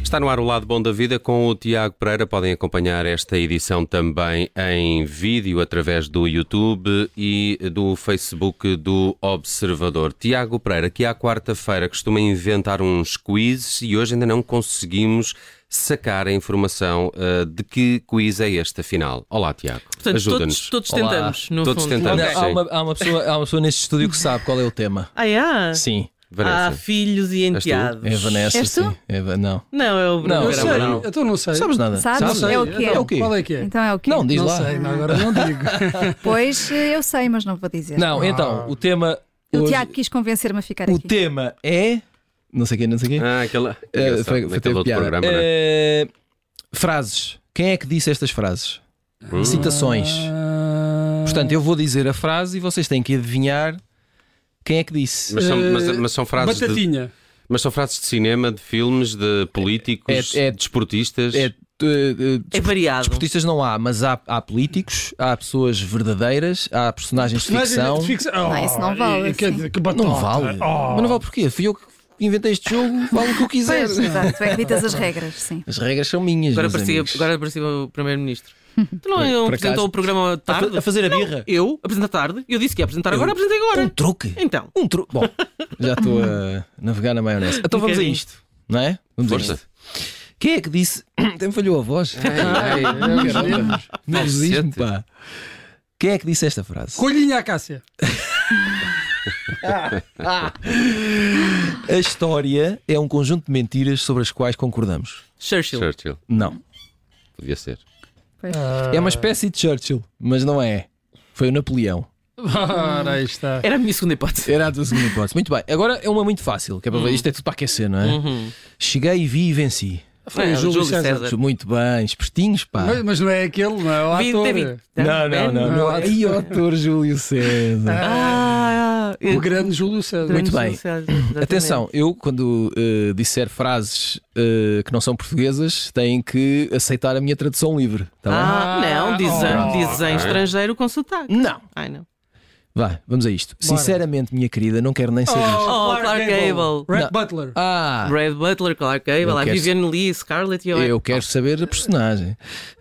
Está no ar o Lado Bom da Vida com o Tiago Pereira. Podem acompanhar esta edição também em vídeo através do YouTube e do Facebook do Observador. Tiago Pereira, que à quarta-feira costuma inventar uns quizzes e hoje ainda não conseguimos sacar a informação de que quiz é este, afinal. Olá, Tiago. Portanto, ajuda-nos. Todos tentamos, no todos fundo. tentamos. Okay. Há uma pessoa neste estúdio que sabe qual é o tema. É? Sim. Vanessa. Filhos e enteados. É a Vanessa, És tu? sim. Não. Não, é o Bruno. Não, Eu sei, então não sei. Sabes nada? Sabes? Sabes? É o quê? É o quê? Qual é que é? Então é o quê? Não, diz Não lá. sei, não, agora não digo. Pois eu sei, mas não vou dizer. Não, então, o tema. O hoje- Tiago quis convencer-me a ficar O aqui. tema é. Não sei quem. Aquela. Foi naquele teve outro piada. programa, não é? Frases. Quem é que disse estas frases? Citações. Portanto, eu vou dizer a frase e vocês têm que adivinhar quem é que disse. Mas são frases de, Batatinha. mas são frases de cinema, de filmes, de políticos, É- de esportistas. É variado. Desportistas não há, mas há políticos, há pessoas verdadeiras, há personagens de ficção. Não, isso não vale, Que sim. batota. Não vale. Mas não vale porquê? Fui eu que inventei este jogo, vale o que eu quiser. Pois, exato, tu é que ditas as regras, sim. As regras são minhas. Agora meus amigos. parecia o Primeiro-Ministro. Tu não Por apresentou acaso? o programa tarde? A fazer a birra. Eu apresento tarde. Eu disse que ia apresentar agora, apresentei agora. Um truque. Então. Um truque. Bom, já estou a navegar na maionese. Então vamos a bocadinho. isto, não é? Vamos Força. a isto. Quem é que disse? Até me falhou a voz. Caramba. Nervosismo, pá. Quem é que disse esta frase? Colhinha à Cássia. A história é um conjunto de mentiras sobre as quais concordamos. Churchill. Churchill. Não. Podia ser. É uma espécie de Churchill, mas não é. Foi o Napoleão. Ora, aí está. Era a minha segunda hipótese. Era a tua segunda hipótese. Muito bem. Agora é uma muito fácil. Que é para ver. Isto é tudo para aquecer, não é? Cheguei Cheguei, vi e venci. Foi o Júlio César. Muito bem. Espertinhos, pá. Mas não é aquele, não é o ator. Não. E o ator Júlio César. O grande Júlio César. Muito bem. Atenção, eu quando disser frases que não são portuguesas, têm que aceitar a minha tradução livre. Tá bem? Não, diz em estrangeiro com sotaque. Não. Ai, não. Vai, vamos a isto. Sinceramente, minha querida, não quero nem saber. Clark Gable. Red Não. Butler. Red Butler, Clark Gable, Eu a quero- Vivienne Lee, Scarlett Johansson. Eu quero saber a personagem.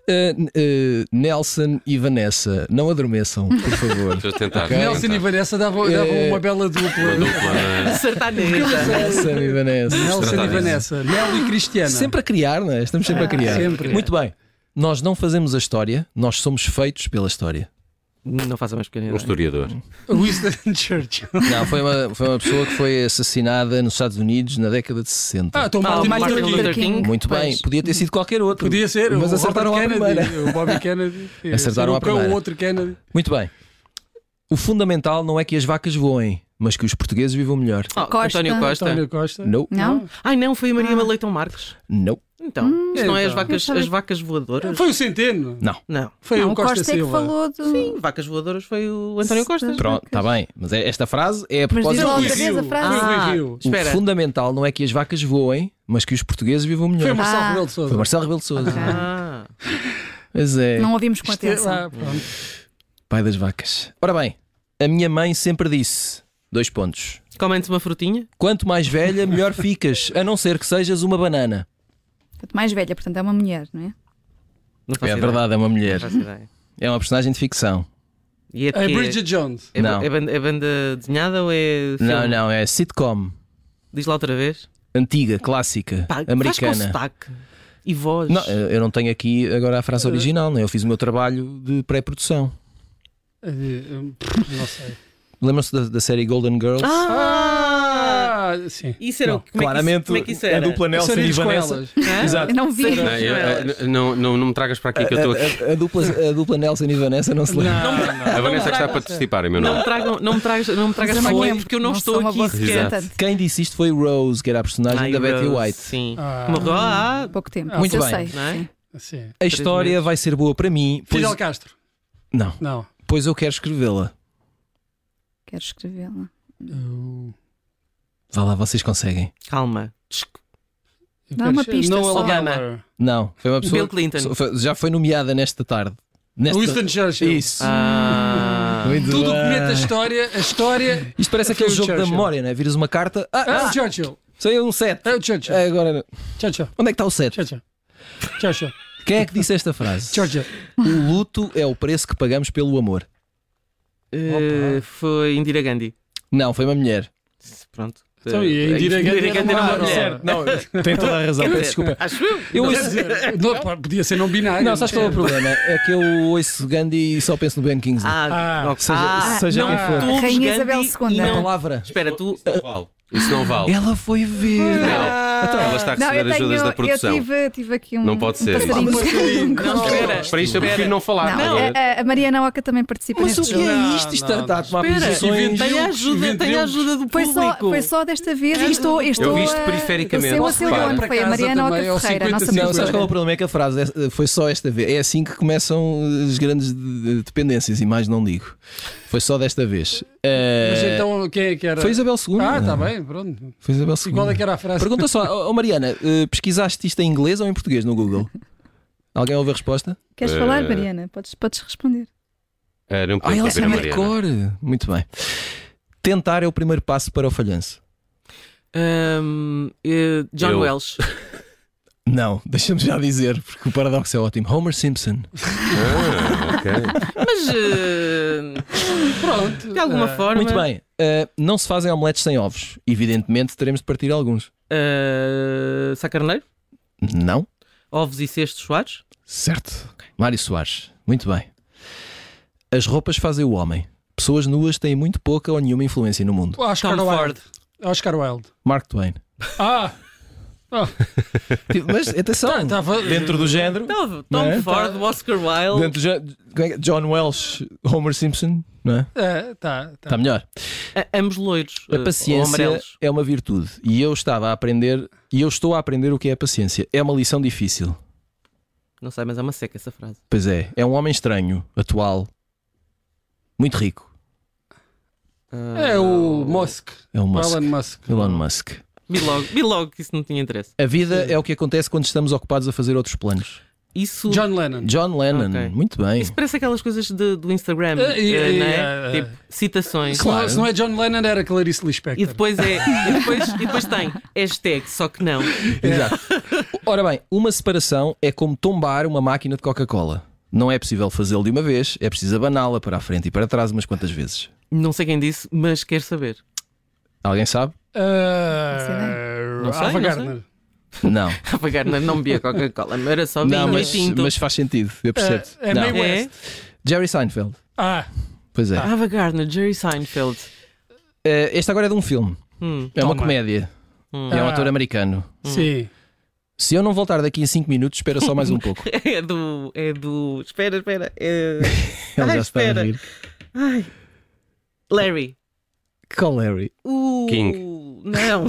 Nelson e Vanessa, não adormeçam, por favor. Deixa eu tentar. Ok. Nelson e Vanessa davam uma bela dupla. Sertaneja. Nelson e Vanessa. Nelson e Vanessa. Nel e Cristiana. Sempre a criar, não é? Estamos sempre a criar. sempre. Muito bem. Nós não fazemos a história, nós somos feitos pela história. Não faça mais pequena Um ideia. historiador. Winston Churchill. Não, foi uma pessoa que foi assassinada nos Estados Unidos na década de 60. Então Martin Martin Luther Luther King. King. Muito bem, Pois. podia ter sido qualquer outro. Podia ser. Mas o acertaram à Robert primeira. Kennedy. O Bobby Kennedy. Acertaram à primeira. O outro Kennedy. Muito bem. O fundamental não é que as vacas voem, mas que os portugueses vivam melhor. Costa. António Costa. António Costa. Não. Não? Ai não, foi a Maria Leitão Marques. Não. Então, isto não é as então. vacas voadoras? Foi o Centeno. Não. Não. Foi Não, o o Costa, Costa é que Silva. falou do... Sim, vacas voadoras foi o António Costa. Pronto, está bem. Mas esta frase é a Mas diz propósito lá outra disso. vez a frase. Foi o Ah, Rui Rio. espera. O fundamental não é que as vacas voem, mas que os portugueses vivam melhor. Foi o Marcelo Ah. Rebelo de Sousa. Foi Marcelo Rebelo de Sousa. Ah, Pois é. Não ouvimos com Isto é- atenção. pronto. Pai das vacas. Ora bem, a minha mãe sempre disse: 2 pontos. comem-te uma frutinha? Quanto mais velha, melhor ficas, a não ser que sejas uma banana. Quanto mais velha, portanto, é uma mulher, não é? Não faço É ideia. verdade, é uma mulher. Não faço ideia. É uma personagem de ficção. E é, A Bridget Jones. Não. É banda desenhada ou é filme? Não, é sitcom. Diz lá outra vez. Antiga, clássica, Pá, faz com americana. sotaque e voz. Não, eu não tenho aqui agora a frase original, né? Eu fiz o meu trabalho de pré-produção. Não sei. Lembram-se da série Golden Girls? Sim. Isso era Não, o como Claramente, é que isso era? a dupla Nelson e Sarilhos com Vanessa. elas. Hã? Exato. Eu não vi. Não me tragas para aqui que eu estou aqui. A dupla Nelson e Vanessa não se lembra. A Vanessa é que está para participar em meu Não nome. me tragam, não me tragas Mas para eu aqui lembro, porque eu não estou sou uma aqui boa sequer. representante. Quem disse isto foi Rose, que era a personagem Ai, da Betty Rose, White. Sim. Ah. Morreu há Pouco tempo. Muito Eu bem. sei, Não é? sim. Sim. A história meses. vai ser boa para mim, pois... Fidel Castro. Não, Não. pois eu quero escrevê-la. Quero escrevê-la. Vá lá, vocês conseguem. Calma. Dá uma pista Noel só. Gallagher. Não, foi uma pessoa Bill Clinton. já foi nomeada nesta tarde. Nesta... Winston Churchill. Isso. Muito Tudo o que bem. mete a história. Isto parece Foi aquele o jogo da Churchill. memória, não é? Viras uma carta. Churchill. Saiu um 7. Tchau, tchau. Agora, Tchau, tchau. onde é que está o 7? Tchau, tchau. Tchau, tchau. Quem é que disse esta frase? Tchau, tchau. O luto é o preço que pagamos pelo amor. Foi Indira Gandhi. Não, foi uma mulher. Pronto. Então, e a Indira Gandhi Gandhi era uma era mulher. certo. Não, tem toda a razão, peço desculpa. Acho eu. Eu Quer ouço... dizer, não, podia ser não binário. Não, sabes qual é o problema? É que eu ouço Gandhi e só penso no Ben Kingsley. Ok. Seja não quem for. todos Rainha Gandhi Isabel II. e A não- palavra. Espera, tu. Isso não vale. Ela foi ver. Ela está a receber ajudas da produção. Eu tive aqui um, Não pode ser. passarinho. Não, espera. Para isto eu prefiro não falar. Não, a Mariana Oca também participa Mas o neste que jogo. é isto? Isto está a tomar Espera, posições. tem a ajuda do Foi público. só desta vez e estou Eu vi isto a- periféricamente. Eu sei o Repara. dono, foi a Mariana Oca Também, ao Ferreira, a 50, nossa Não, sabes qual é o produtora. problema? É que a frase foi só esta vez. É assim que começam as grandes dependências e mais não digo. Foi só desta vez. Mas então quem é que era? Foi Isabel II. Ah, está bem, pronto. Foi Isabel E II. qual é que era a frase? Pergunta só, Mariana, pesquisaste isto em inglês ou em português no Google? Alguém ouve a resposta? Queres falar, Mariana? Podes responder. Não Ah, podemos ela ouvir a sabe de Mariana. cor. Muito bem. Tentar é o primeiro passo para o falhanço. John Eu. Welsh. Não, deixa-me já dizer, porque o paradoxo é ótimo. Homer Simpson. Ok. Mas Pronto. de alguma forma. Muito bem. Não se fazem omeletes sem ovos. Evidentemente teremos de partir alguns. Sá Carneiro? Não? Ovos e cestos suados? Certo. Mário Soares. Muito bem. As roupas fazem o homem. Pessoas nuas têm muito pouca ou nenhuma influência no mundo. Oscar Tom Wilde. Ford. Oscar Wilde. Mark Twain. Ah! Mas atenção, Estava dentro do género. Tom Não é? Ford, Oscar Wilde. Dentro do John Welsh, Homer Simpson, não é? Tá. Está melhor. Ambos loiros. A ou paciência amarelos. é uma virtude e eu estava a aprender e eu estou a aprender o que é a paciência. É uma lição difícil. Não sei, mas é uma seca essa frase. Pois é um homem estranho, atual, muito rico. É o Musk. É o Musk. Elon Musk. Elon Musk. Vi logo que isso não tinha interesse. A vida é o que acontece quando estamos ocupados a fazer outros planos. Isso, John Lennon. John Lennon, Ok. muito bem. isso parece aquelas coisas do Instagram, não é? Tipo, citações. Claro. Se não é John Lennon, era Clarice Lispector. E depois e depois tem hashtag, só que não. Exato. Ora bem, uma separação é como tombar uma máquina de Coca-Cola. Não é possível fazê-lo de uma vez, é preciso abaná-la para a frente e para trás umas quantas vezes. Não sei quem disse, mas quero saber. Alguém sabe? Não sei, Ava não Gardner. Não. Rafa Gardner não bebia Coca-Cola, mas era só vinho Não, e tinto. mas faz sentido, eu percebo. É Não. meio West. Jerry Seinfeld. Ah, Pois é. Ava Gardner, Jerry Seinfeld. Este agora é de um filme. É uma Toma. comédia. É um Ah. ator americano. sim. Se eu não voltar daqui a 5 minutos, espera só mais um pouco. É do. Espera. Ele Ai, já está a espera. rir. Ai. Larry. Qual Larry? King. Não.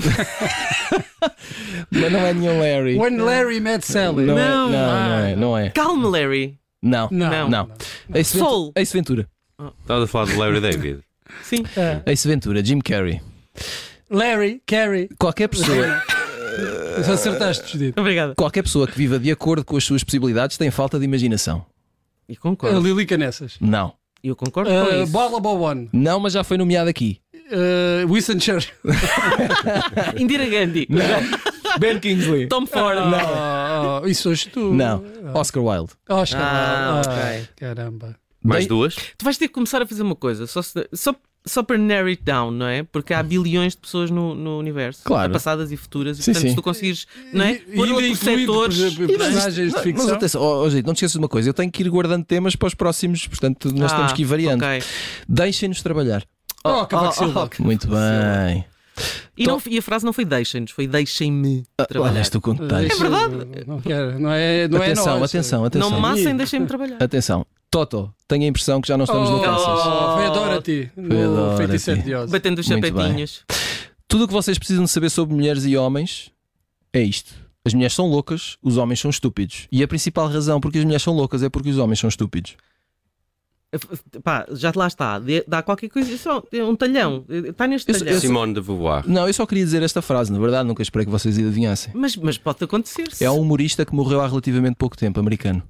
Mas não é nenhum Larry. When Larry Met Sally. Não, Não. não é. Calma, Larry. Não. Não. Não. Ace Soul. Ace Ventura. Estás a falar de Larry David. Sim. Ace Ventura, Jim Carrey. Larry, Carey. Qualquer pessoa, Já acertaste, Judito. Obrigada. qualquer pessoa que viva de acordo com as suas possibilidades tem falta de imaginação. E A concordo. Lili Canessas. Não. Eu concordo com isso. Bola Bobon. Não, mas já foi nomeado aqui. Winston Churchill. Indira Gandhi. Ben Kingsley. Tom Ford. Isso hoje tu. Não. Oscar Wilde. Oscar. Ah, ok. Caramba. Mais duas? Tu vais ter que começar a fazer uma coisa, só para narrow it down, não é? Porque há bilhões de pessoas no universo, Claro. passadas e futuras, e Sim, portanto, sim. se tu conseguires, não é? E Pôr ainda outros incluído, por setores. exemplo, personagens de Mas ficção. atenção, gente, não te esqueças de uma coisa, eu tenho que ir guardando temas para os próximos, portanto nós temos que ir variando. Ok. Deixem-nos trabalhar. Cavaco Silva. ok. Muito bem. E a frase não foi deixem-nos, foi deixem-me trabalhar. Olha, estou com detalhes. É verdade. Não quero. Não é Atenção, nossa. atenção, Não atenção. me massem, deixem-me trabalhar. Atenção. Toto, tenho a impressão que já não estamos no Kansas. Foi a Dorothy. Foi a No Dorothy. Feiticeiro de Oz. Batendo os Muito chapetinhos. Tudo o que vocês precisam de saber sobre mulheres e homens é isto. As mulheres são loucas, os homens são estúpidos. E a principal razão porque as mulheres são loucas é porque os homens são estúpidos. Pá, já lá está. Dá qualquer coisa, só um talhão. Está neste Eu- talhão. eu- Simone de Beauvoir. Não, eu só queria dizer esta frase, na verdade, nunca esperei que vocês adivinhassem. Mas pode acontecer. É um humorista que morreu há relativamente pouco tempo, americano.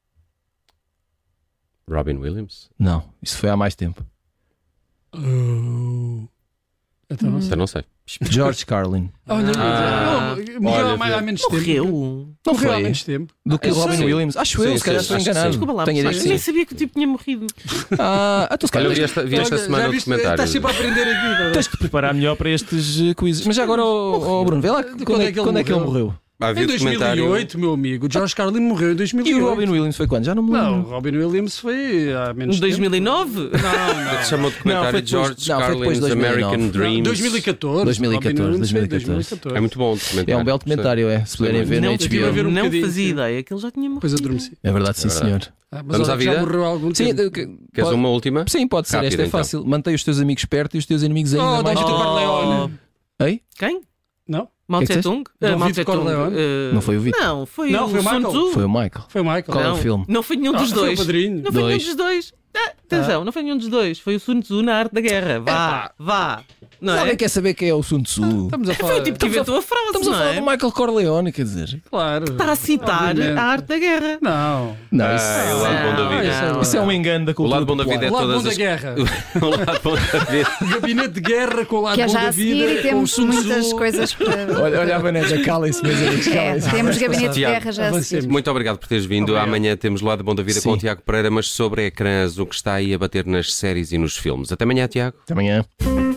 Robin Williams? Não, isso foi há mais tempo. Então não sei. Eu não sei. George Carlin. Olha, Ah. ele morreu Olha, há menos tempo. Morreu. Não Morreu há foi? menos tempo. Do que Sim. Robin Williams? Acho eu, Sim, se calhar sim, estou acho que enganado. sim. Desculpa lá, Tenho ideia mas que eu nem sim. sabia que o tipo tinha morrido. Tu se calhar Olha, vi esta Olha, semana já o viste? documentário. Estás sempre a aprender aqui. tens de te preparar melhor para estes quizzes. Mas já agora, Bruno, vê lá quando é que ele morreu. Vi Em o documentário. 2008, meu amigo. O George Carlin morreu em E 2008. o Robin Williams foi quando? Já não me lembro. Não, o Robin Williams foi há menos Em 2009? tempo. Não. Se chama o documentário Não, foi depois- George não, foi depois de Carlin's 2009. American Dreams. 2014. 2014, Robin Williams foi 2014. É muito bom o documentário. É um belo documentário, é. Se puderem ver na Não, estive a ver HBO. um não bocadinho, fazia sim. ideia que ele já tinha Depois morrido. adormeci. É verdade, sim, senhor. Mas Vamos à olha, já vida? morreu há algum Sim, tempo. Queres uma última? Sim, pode ser. Rápido, Esta é então. fácil. Mantém os teus amigos perto e os teus inimigos ainda Oh, mais David perto. Corleone. Ei? Quem? Não? Mao Que é que Tse-tung? Não, Mao Vitor Tse-tung. Corleone. Não foi o Vitor. Não, foi Não, o foi o Sun Michael. Tzu. Foi o Michael. Foi o Michael. Qual é o Não, filme? não foi nenhum dos Foi o dois. padrinho. Não foi nenhum Dois. dos dois. Atenção, não foi nenhum dos dois. Foi o Sun Tzu na arte da guerra. Vá. Não Alguém é? quer saber quem é o Sun Tzu? Estamos a Foi falar. o tipo que inventou a frase, Estamos a não falar é? do Michael Corleone, quer dizer. Claro. Está a citar Obviamente. a arte da guerra. Não. Não, Ah, isso, é o lado bom da vida. Não. isso é um engano da O cultura lado bom da vida é popular. O lado bom todas da as... guerra. O lado bom da vida. Gabinete de guerra com o lado Que é bom já da a vida. seguir e com temos o Sun Tzu. muitas coisas para. Olha a Vanessa, calem-se, meus amigos, É, calem-se. temos gabinete de Tiago, guerra já a seguir. avancemos. Muito obrigado por teres vindo. Obrigado. Amanhã temos o Lado Bom da Vida com Sim. o Tiago Pereira, mas sobre ecrãs, o que está aí a bater nas séries e nos filmes. Até amanhã, Tiago. Até amanhã.